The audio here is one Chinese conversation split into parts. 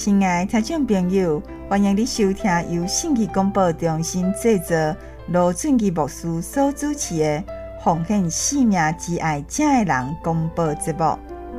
亲爱的听众朋友，欢迎你收听由信息广播中心制作、罗俊基牧师所主持的《奉献生命之爱正的人》广播节目。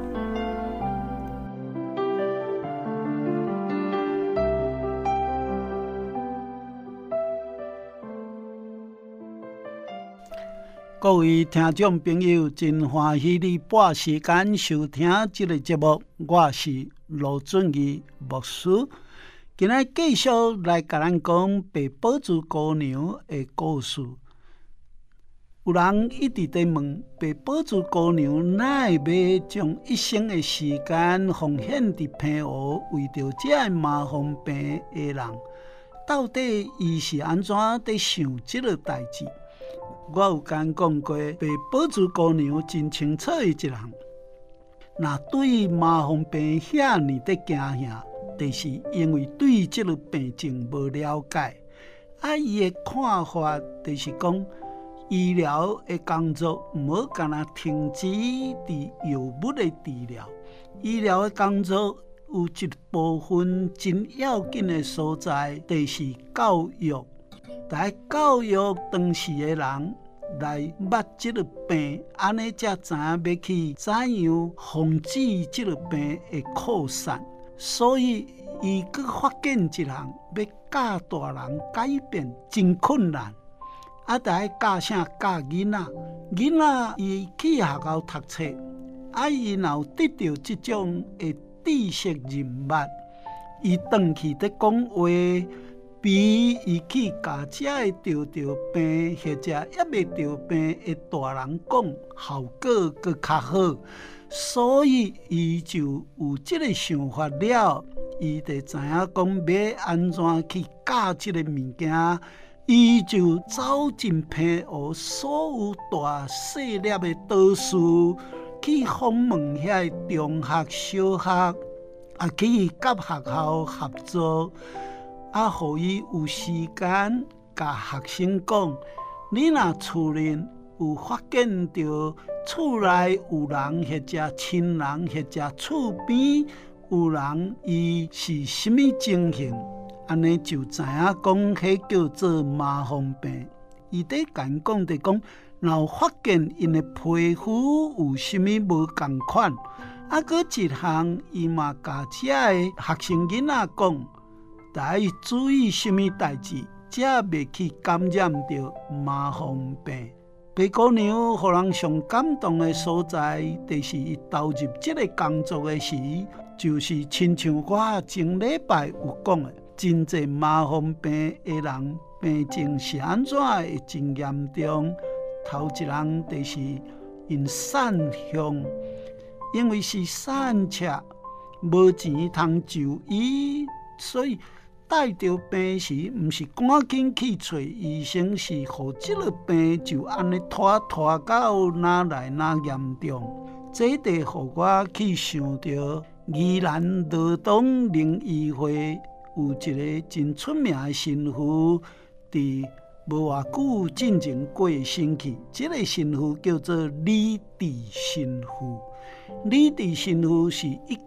各位听众朋友，真欢喜你拨时间收听这个节目，我是罗俊义牧师。今日继续来甲咱讲白宝珠姑娘的故事。有人一直在问，白宝珠姑娘哪会要将一生的时间奉献伫平湖，为着这麻风病的人，到底伊是安怎在想这个代志？我有讲过，白宝珠姑娘真清楚的一人。那对麻风病遐尼的惊吓，就是因为对这个病症无了解。伊的看法就是讲，医疗的工作唔好干那停止伫药物的治疗，医疗的工作有一部分真要紧的所在，就是教育。来教育当时的人来捌这个病，安尼才知影要去怎样防止这个病的扩散。所以，伊佫发现一项要教大人改变真困难。来教啥？教囡仔。囡仔伊去学校读册，伊若有得到这种的知识人脉，伊回去在讲话。比伊去甲这会得着病或者也未得病的大人讲，效果佫较好，所以伊就有这个想法了。伊就知影讲要安怎去教这个物件，伊就走进平湖所有大细粒的导师，去访问遐中学、小学，去甲学校合作。互伊有时间甲学生讲，你若厝内有发现到厝内有人或者亲人或者厝边有人，伊是什么情形，安尼就知影讲，迄叫做麻风病。伊在讲就讲，若有发现因的皮肤有什么无共款，佫一项，伊嘛甲这个学生囡仔讲。要注意什么代志，才袂去感染到麻风病。白姑娘互人上感动的所在，就是伊投入这个工作的时，就是亲像我前礼拜有讲的，真侪麻风病的人病情是安怎会真严重。头一人就是因散乡，因为是散赤，无钱通就医，所以。带着病时，毋是赶紧去找医生，是互这个病就安尼拖到哪来哪严重。这就互我去想到宜兰罗东灵医会有一个真出名的神父，伫无偌久进前过身去。这个神父叫做李治神父。李治神父是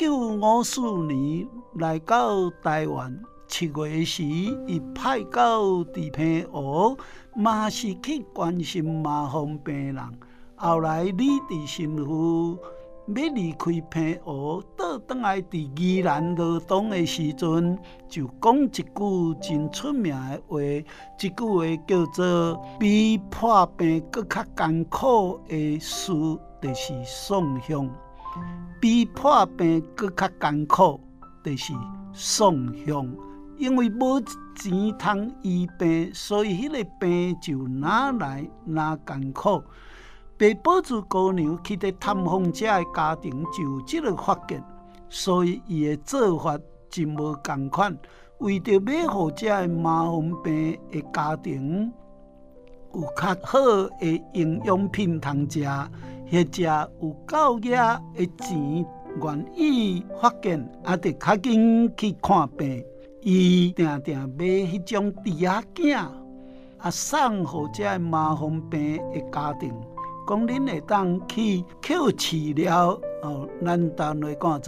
1954年来到台湾。7月时，伊派到伫平湖，嘛是去关心麻风病人。后来李治神父要离开平湖，倒转来伫宜兰罗东的时阵，就讲一句真出名的话。这句话叫做“比破病更较艰苦的事，就是送乡；比破病更较艰苦，就是送乡。”因为无钱通医病，所以迄个病就哪来哪艰苦。白宝珠姑娘去伫探访者的家庭，就有这个发现，所以伊的做法真无共款。为着要互这个麻风病的家庭有较好的营养品通食，或者有够额的钱，愿意发现，得较紧去看病。伊定定买迄种猪仔囝，送互这麻风病的家庭，讲恁会当去治疗咱台湾来讲做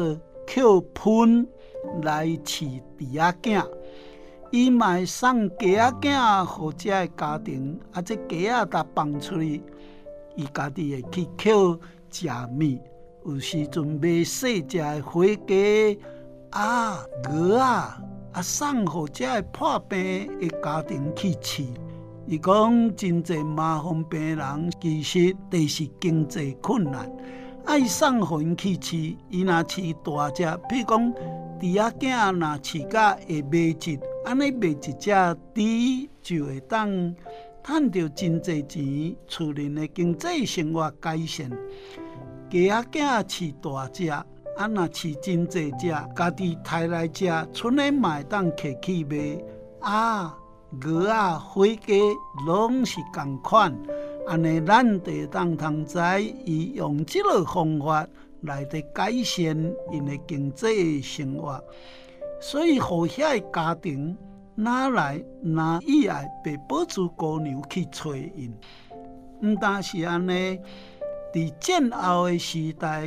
捡喷来饲猪仔囝，伊嘛会送鸡仔囝互遮个家庭，这鸡仔若放出去，伊家己会去捡食物。有时阵卖细只的火鸡鹅送互遮个破病的家庭去饲。伊讲真侪麻风病人其实就是经济困难，爱送互因去饲。伊若饲大只，譬如讲猪仔囝若饲甲会卖一，安尼卖一只猪就会当赚到真侪钱，厝人的经济生活改善。鸡仔囝饲大只，若饲真侪只，家己杀来食，剩的嘛会当摕去卖。鹅火鸡拢是同款，安尼咱就会当通知伊用这个方法来得改善因的经济生活。所以，互遐个家庭哪来哪以爱被宝珠姑娘去找因，毋但是安尼。伫战后的时代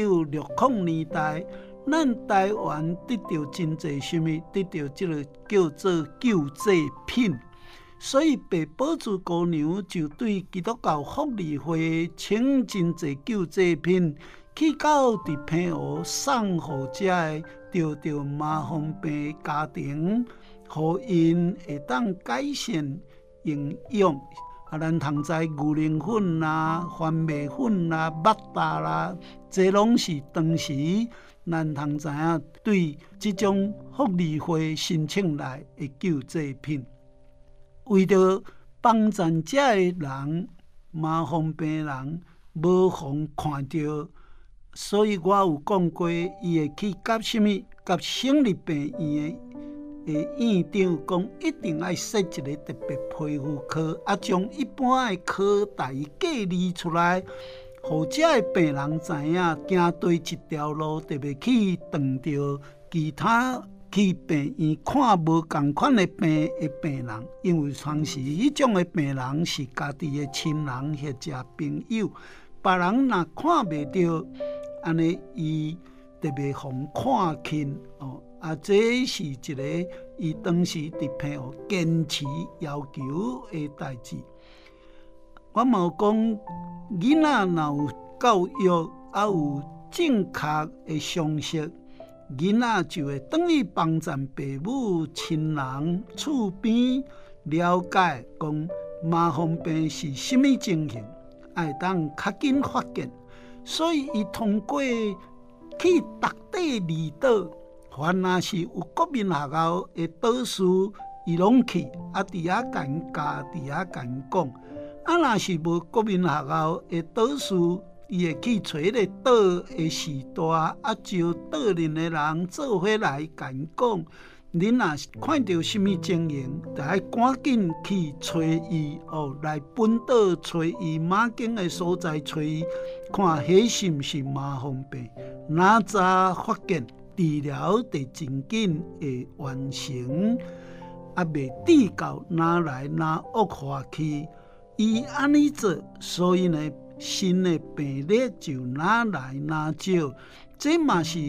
，1960年代，咱台湾得到真侪什么？得到这个叫做救济品。所以白宝珠姑娘就对基督教福利会请真侪救济品，去到伫澎湖送互遮个得麻风病的家庭，互因会当改善营养。咱通知牛奶粉啦、番麦粉啦、麦达啦，这拢是当时咱通知影对这种福利会申请来的救济品。为着帮助这个人，麻风病人无妨看到，所以我有讲过，伊会去甲什么？甲省立病院的院长讲，一定要设一个特别皮肤科，将一般的科大隔离出来，互这个病人知影，行对一条路，特别去撞到其他去病院看无同款的病人，因为常时迄种的病人是家己的亲人或者朋友，别人若看袂到，安尼伊特别互看轻这是一个伊当时伫澎湖坚持要求的代志。我嘛有讲，囡仔若有教育有正确的常识，囡仔就会等于帮助父母亲人厝边了解讲麻风病是什么情形，会当较紧发现。所以伊通过去各地离岛。凡若是有国民学校的导师，伊拢去，伫遐甲因教，伫遐甲因讲。若是无国民学校的导师，伊会去找迄个岛的时代，招岛内的人做伙来甲因讲。恁若是看到什么情形，就要赶紧去找伊来本岛找伊马经的所在找伊，看迄是毋是麻风病，哪早发现。治疗得真紧会完成，未治到哪来哪恶化去，伊安尼做，所以呢，新的病例就哪来哪少。这嘛是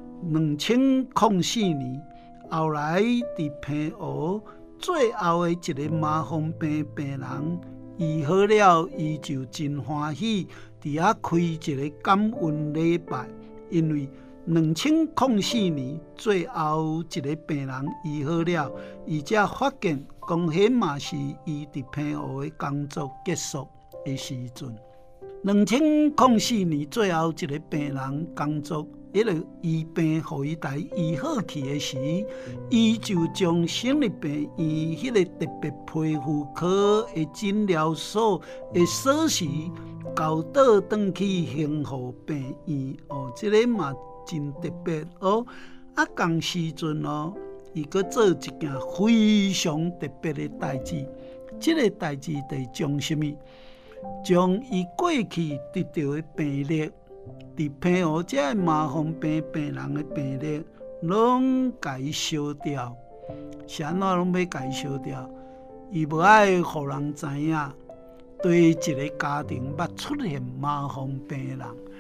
2004年后来伫澎湖最后的一个麻风病病人医好了，伊就真欢喜，伫遐开一个感恩礼拜，因为。2004年最后一个病人医好了，伊才发现讲迄嘛是伊伫澎湖的工作结束的时阵。2004年最后一个病人工作，迄个医病互伊来医好去的时，伊就将省立病院迄个特别皮肤科的诊疗所的锁匙交倒转去幸福病院。这个嘛。真特别同时阵伊搁做一件非常特别的代志。这个代志就将什么？将伊过去得到的病历，伫澎湖这个麻风病病人的病历，拢甲伊烧掉。是安怎拢要甲伊烧掉？伊无爱互人知影，对一个家庭捌出现麻风病人。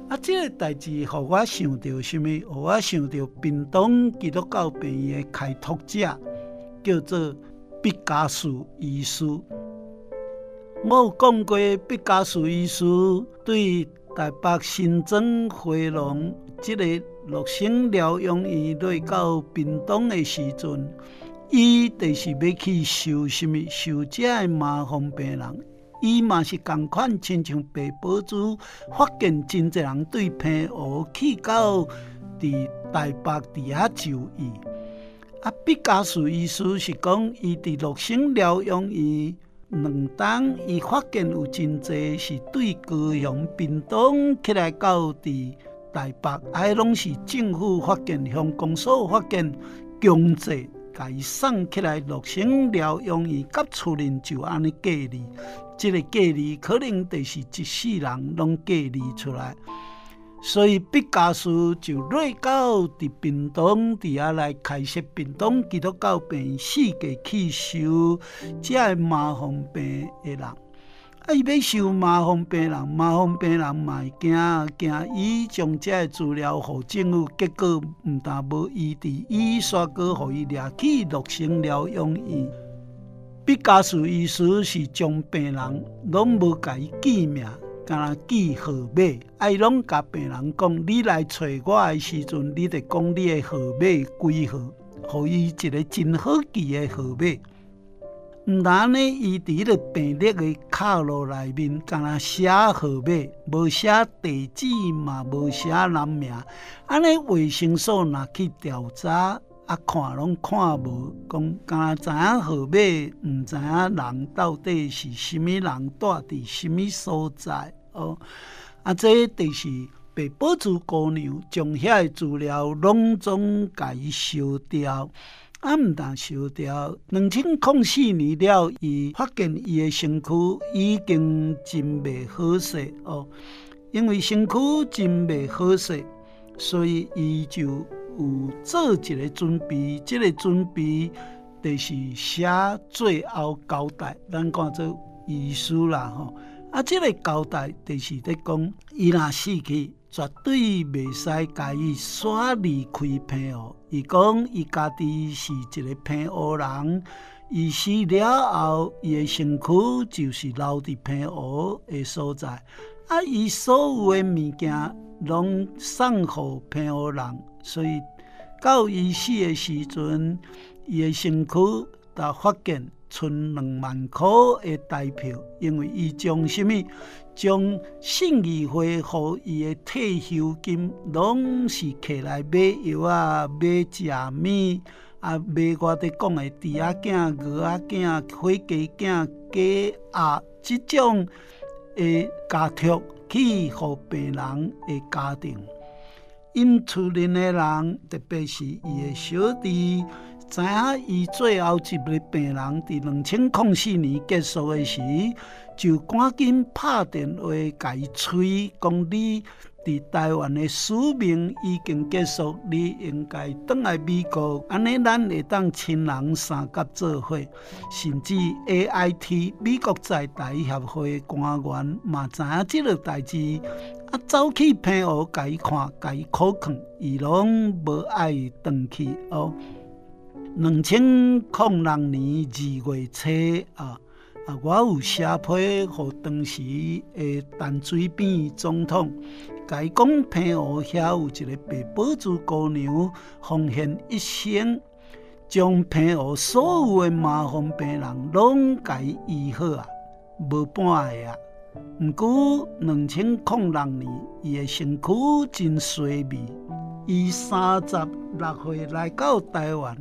这个代志，互我想到什么？互我想到屏东基督教病院的开拓者，叫做毕加索医师。我有讲过，毕加索医师对台北新庄回龙这个乐生疗养院来到屏东的时阵，伊就是要去收什么？收这个麻风病人。伊嘛是同款，亲像白宝珠发现真侪人对澎湖去到伫台北伫遐就医。毕加索医师是讲，伊伫乐生疗养院2冬，伊发现有真侪是对高雄、屏东起来到伫台北，拢是政府发现、乡公所发现，强制甲伊送起来乐生疗养院，甲厝人就安尼隔离。这个隔离可能就是一世人拢隔离出来，所以毕加索就来到伫屏东伫遐来开设屏东基督教病院4个去收这个麻风病的人。伊要收麻风病人，麻风病人嘛会惊伊将这个资料互政府，结果毋但无医治，伊煞阁互伊掠去乐生疗养院。毕加索医师是将病人拢无甲伊记名，敢若记号码，伊拢甲病人讲：你来找我的时阵，你得讲你的号码几号，互伊一个真好记的号码。毋但呢，伊伫个病历的卡路内面，敢若写号码，无写地址嘛，无写人名。安尼卫生所若去调查。看拢看无，讲敢知影号码，毋知影人到底是什么人住伫什么所在哦。这就是白宝珠姑娘将遐个资料拢总甲伊烧掉。毋但烧掉，2004年了，伊发现伊的身躯已经真袂好势哦，因为身躯真袂好势，所以伊就有做一个准备，这个准备就是写最后交代，咱看做遗书啦吼。这个交代就是在讲，伊若死去，绝对袂使甲伊耍离开澎湖。伊讲伊家己是一个澎湖人，伊死了后，伊的身躯就是留伫澎湖的所在。伊所有的物件拢送互澎湖人。所以到伊死的时阵，伊的身躯才发现剩2万块的台票，因为伊将什么，将信义会予伊的退休金，拢是摕来买药啊、买食物买我伫讲的猪仔囝、鹅仔囝、火鸡囝、鸡鸭这种的家畜去予病人的家庭。因厝邻的人，特别是伊的小弟，知影伊最后一个病人伫2004年结束的时，就赶紧拍电话甲伊催，讲你伫台湾的使命已经结束，你应该转来美国，安尼咱会当亲人三甲做伙，甚至 AIT 美国在台协会的官员嘛知影这个代志。走去澎湖甲伊看，甲伊苦劝，伊拢无爱转去哦。2006年2月初我有写批给当时的陈水扁总统，甲伊讲澎湖遐有一个白宝珠姑娘，奉献一生，将澎湖所有的麻风病人拢甲伊医好无半个毋过2006年，伊的身躯真衰微。伊36岁来到台湾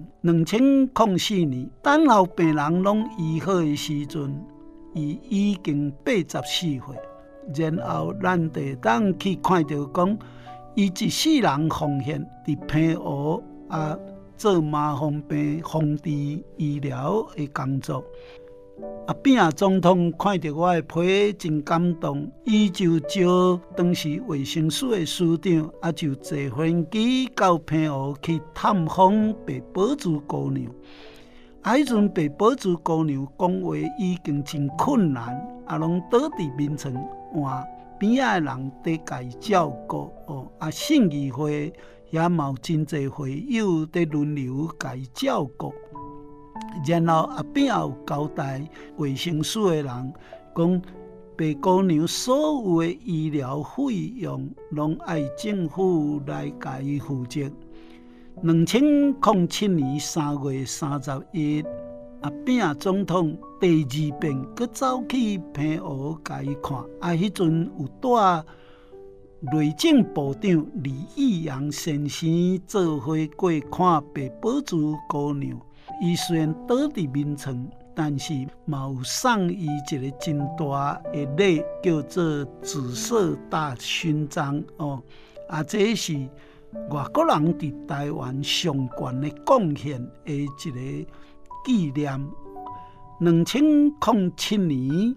，2004年等候病人拢医好的时阵，伊已经84岁。然后咱地当去看到讲，伊一世人奉献伫澎湖做麻风病防治医疗的工作。扁总统看到我的批真感动，伊就招当时卫生署的署长，就坐飞机到澎湖去探访白宝珠姑娘。迄阵白宝珠姑娘讲话已经真困难，拢倒伫眠床换边仔的人在家照顾信义会也有真侪会友在轮流家照顾。然后后边也有交代卫生署的人讲，白姑娘所有的医疗费用拢爱政府来家负责。2007年3月31日，阿扁总统第2遍佮走去平湖家看，迄阵有带内政部长李义阳先生做伙过看白宝珠姑娘。伊虽然倒伫眠床，但是嘛有送伊一个真大的礼，叫做紫色大勋章这是外国人伫台湾上悬的贡献的一个纪念。2007年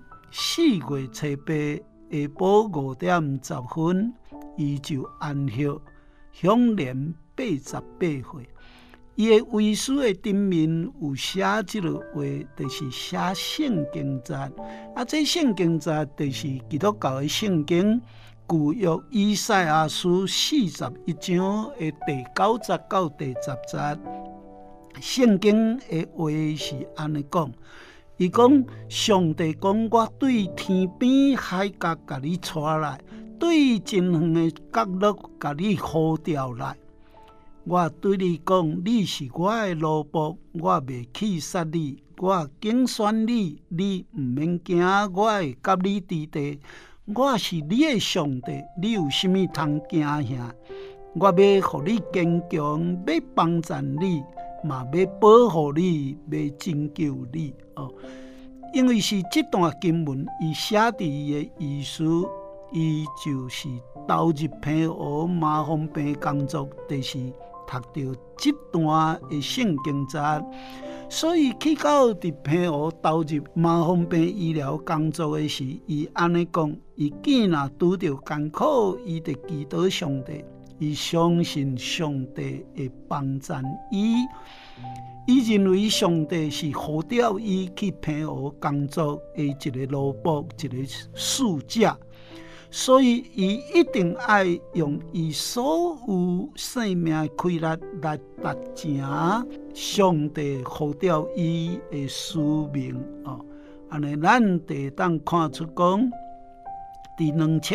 4月7日下晡5點10分，伊就安息，享年88歲。伊的遗书的顶面有写即个话，就是写圣经节。这圣经节就是基督教的圣经，旧约以赛亚书41章的第9節到第10節。圣经的话是安尼讲，伊讲上帝讲，我对天边海角甲你带来，对真远的角落甲你呼调来。我对你讲，你是我的奴仆，我袂去杀你，我竞选你，你毋免惊，我会甲你伫地。我是你的上帝，你有啥物通惊吓？我要互你坚强，要帮助你，嘛要保护你，要拯救你。因为是这段经文，伊写伫伊的遗书，伊就是投入平湖麻风病工作，就是读到这段的圣经节，所以去到伫平湖投入麻风病医疗工作的时，伊安尼讲：伊囝若拄着艰苦，伊就祈祷上帝，伊相信上帝会帮助伊。伊认为上帝是呼召伊去平湖工作的一个奴仆，一个使者。所以，伊一定要用伊所有生命的气力来达成上帝呼召伊的使命。安尼，咱就当看出讲，伫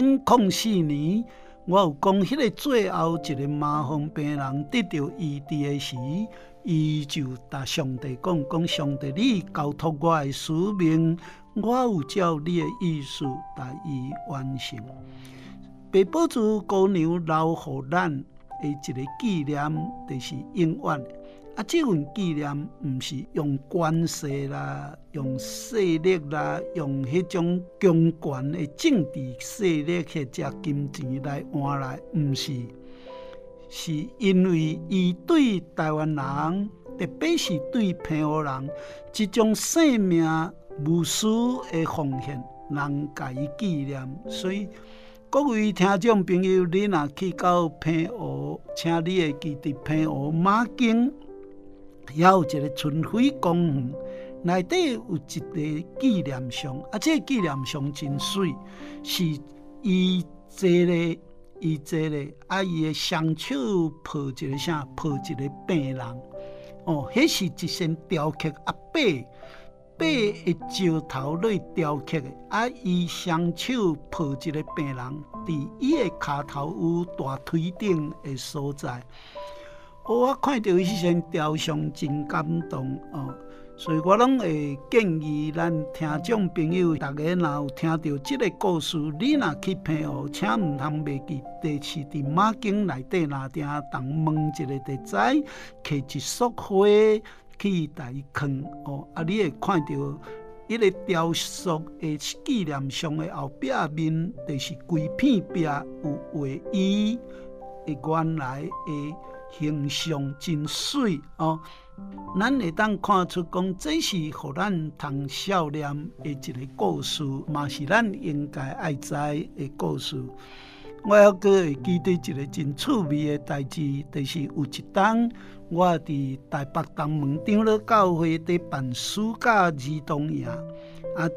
2004年，我有讲迄个最后一个麻风病人得到医治的时，伊就答上帝讲上帝，你交托我的使命。我有照你的意思来伊完成。白宝珠姑娘留予咱的一个纪念，就是永远。这份纪念毋是用关系啦，用势力啦，用迄种强权的政治势力或者金钱来换来，毋是，是因为伊对台湾人，特别是对平湖人，这种生命无私的奉献，人家伊纪念。所以各位听众朋友，你若去到平湖，请你会记得平湖马经也有一个春暉公园，内底有一个纪念像，这个纪念像真水，是伊坐咧，伊的双手抱一个啥，抱一个病人。迄是一身雕刻阿伯的石头来雕刻的，伊双手抱一个病人，伫伊的骹头有大腿顶的所在。我看到迄身雕像真感动所以我拢会建议咱听众朋友，大家若有听到这个故事，你若去平湖，请毋通袂记，就是伫马经内底若定当问一个地仔，摕一束花去台放你会看到一个雕塑的纪念像的后壁面，就是规片壁有画伊的原来的形象，真水咱会当看出讲，这是互咱通少年的一个故事，嘛是咱应该爱知的故事。我还会记得一个真趣味的代志，就是有一当我伫台北东门长老教会伫办暑假儿童营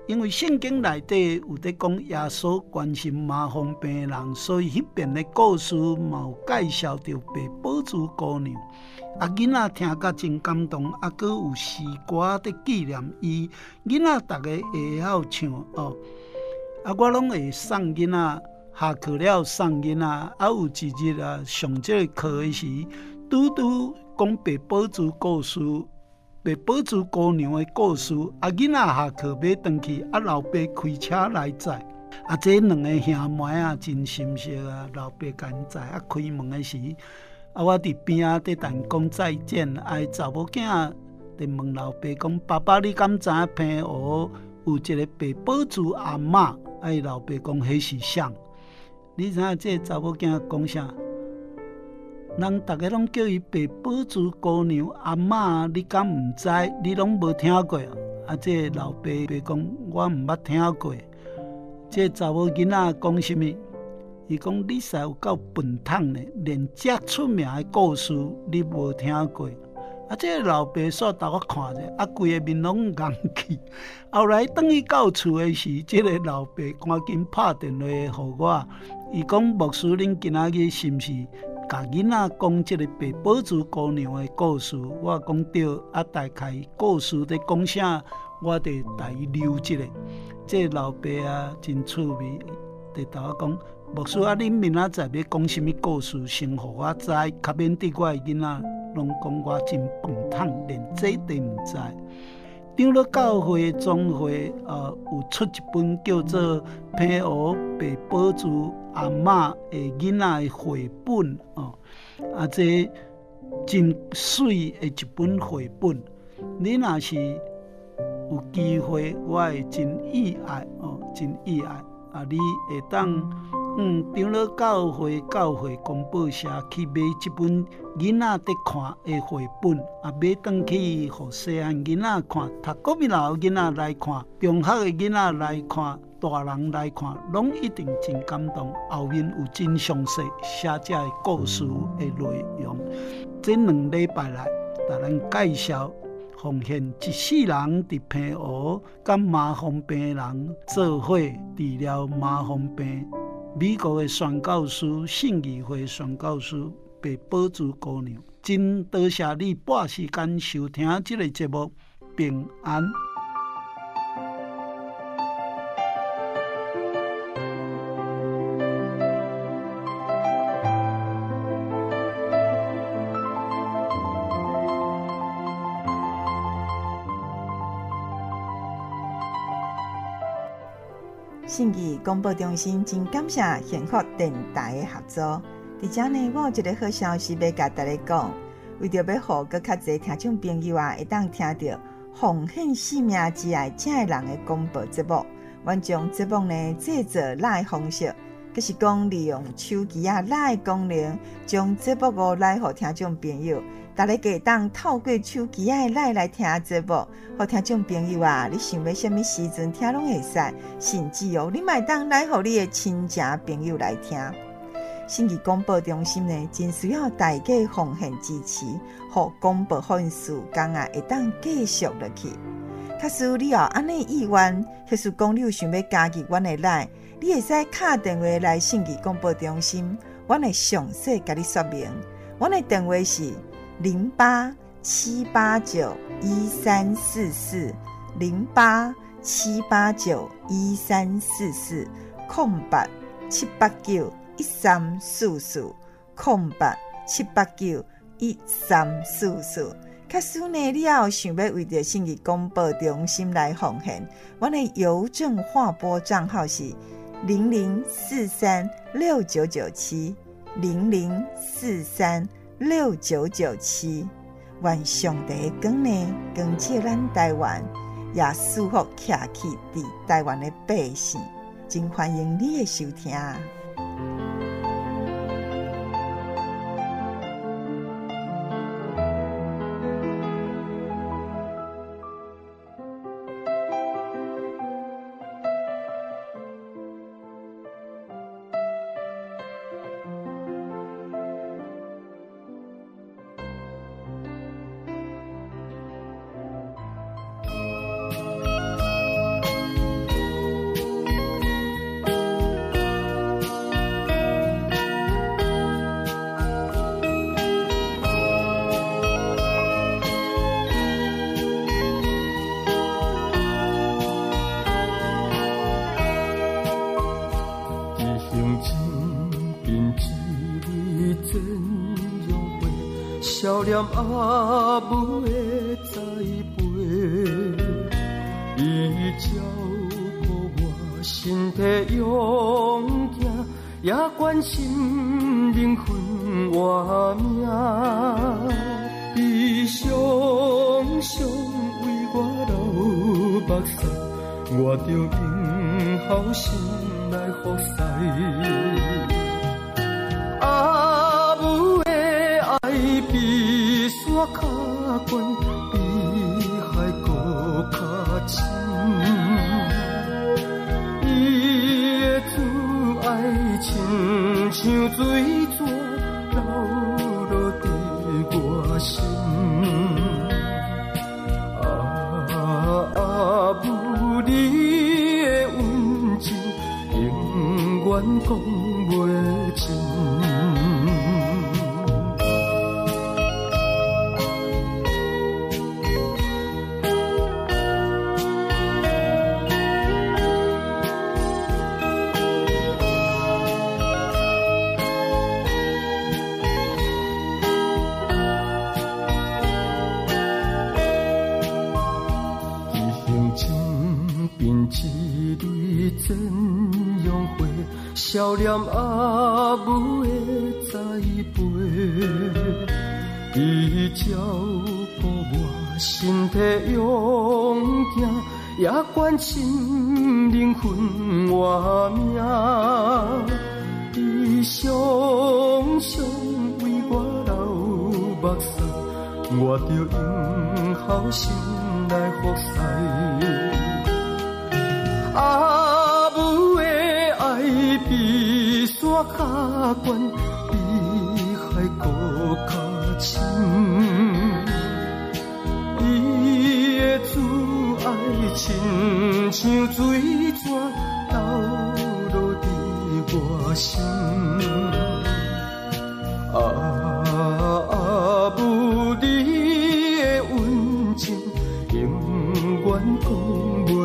因为圣经内底有在讲耶稣关心麻风病人，所以迄边的故事嘛有介绍到白宝珠姑娘。囡仔听甲真感动，佫有诗歌在纪念伊。囡仔逐个会晓唱哦，我拢会送囡仔。下课了送囡仔，有一日上这个课的时，拄讲白宝珠故事。白宝珠姑娘的故事，囡仔下课要回去，老爸开车来载，这两个兄妹真心惜老爸甲因载，开门的时，我伫边在等讲再见，查某囝伫问老爸讲：爸爸，你敢知影平湖有一个白宝珠阿嬷？老爸讲迄是啥？你知影这查某囝讲啥？人大家拢叫伊白宝珠姑娘阿嬷，你敢唔知？你拢无听过？这老爸讲我唔捌听过。这查某囡仔讲什么？伊讲你实有够笨桶呢，连这出名的故事你无听过。这老爸煞带我看者，规个面拢硬去。后来等伊到厝的时，这个老爸赶紧拍电话给我，伊讲牧师，恁今仔日是毋是？甲囡仔讲这个白宝珠姑娘的故事，我讲对，大概故事在讲啥，我得带伊留一个。这老爸真趣味，就甲我讲，牧师恁明仔载要讲什么故事，先互我知，较免对我的囡仔拢讲我真笨桶，连这都唔知。长老教会总会有出一本叫做《平湖白宝珠阿嬷的囡仔》的绘本这真水的一本绘本。你若是有机会，我会真意爱真意爱你会当长老教会公报社去买这本囡仔在看的绘本，买回去给细汉囡仔看，读国民老囡仔来看，中学的囡仔来看，大人来看，拢一定真感动。后面有真详细写这的故事的内容。这2礼拜来，甲咱介绍奉献一世人伫平湖，甲麻风病人做伙治疗麻风病。美国的宣教师、信义会宣教师白宝珠姑娘，真多谢你拨时间收听这个节目，平安。 信义广播中心真感谢幸福电台的合作。伫遮呢，我有一个好消息要甲大家讲，为着要互搁较侪听众朋友会当听到奉献性命之爱这个人的广播节目，阮将节目呢制作来方式，就是讲利用手机来功能，将节目来互听众朋友。大家可以当透过手机来听节目，互听众朋友你想要什么时阵听拢会使，甚至你嘛当来互你的亲戚朋友来听。信义广播中心呢，真需要大家奉献支持，互广播好事工会当继续落去。假使你有安尼意愿，或是讲你有想要加入阮的来，你会使打电话来信义广播中心，阮会详细甲你说明。阮的电话是0878134408789134400878913444。假使呢，你也有想要为着信义广播中心来奉献，阮的邮政划拨账号是0043699700436997。愿上帝的光呢，光照咱台湾，也祝福徛起伫台湾的百姓。真欢迎你的收听。 少年阿母的栽培，伊照顾我身体勇行，也关心灵魂活命。伊常常为我流目屎，我着用好心来服侍。阿母的爱比山较悬，比海搁较深。伊的慈爱亲像水泉流落伫我心。阿母你的温情，永远讲袂尽。少年阿母的栽培，伊照顾我身体勇行，也关心灵魂活命。伊常常为我流目屎，我着用好心来服侍。阿母的爱比山较悬，比海搁较深。伊的慈爱亲像水泉流落伫我心。阿母你的温情，永远讲袂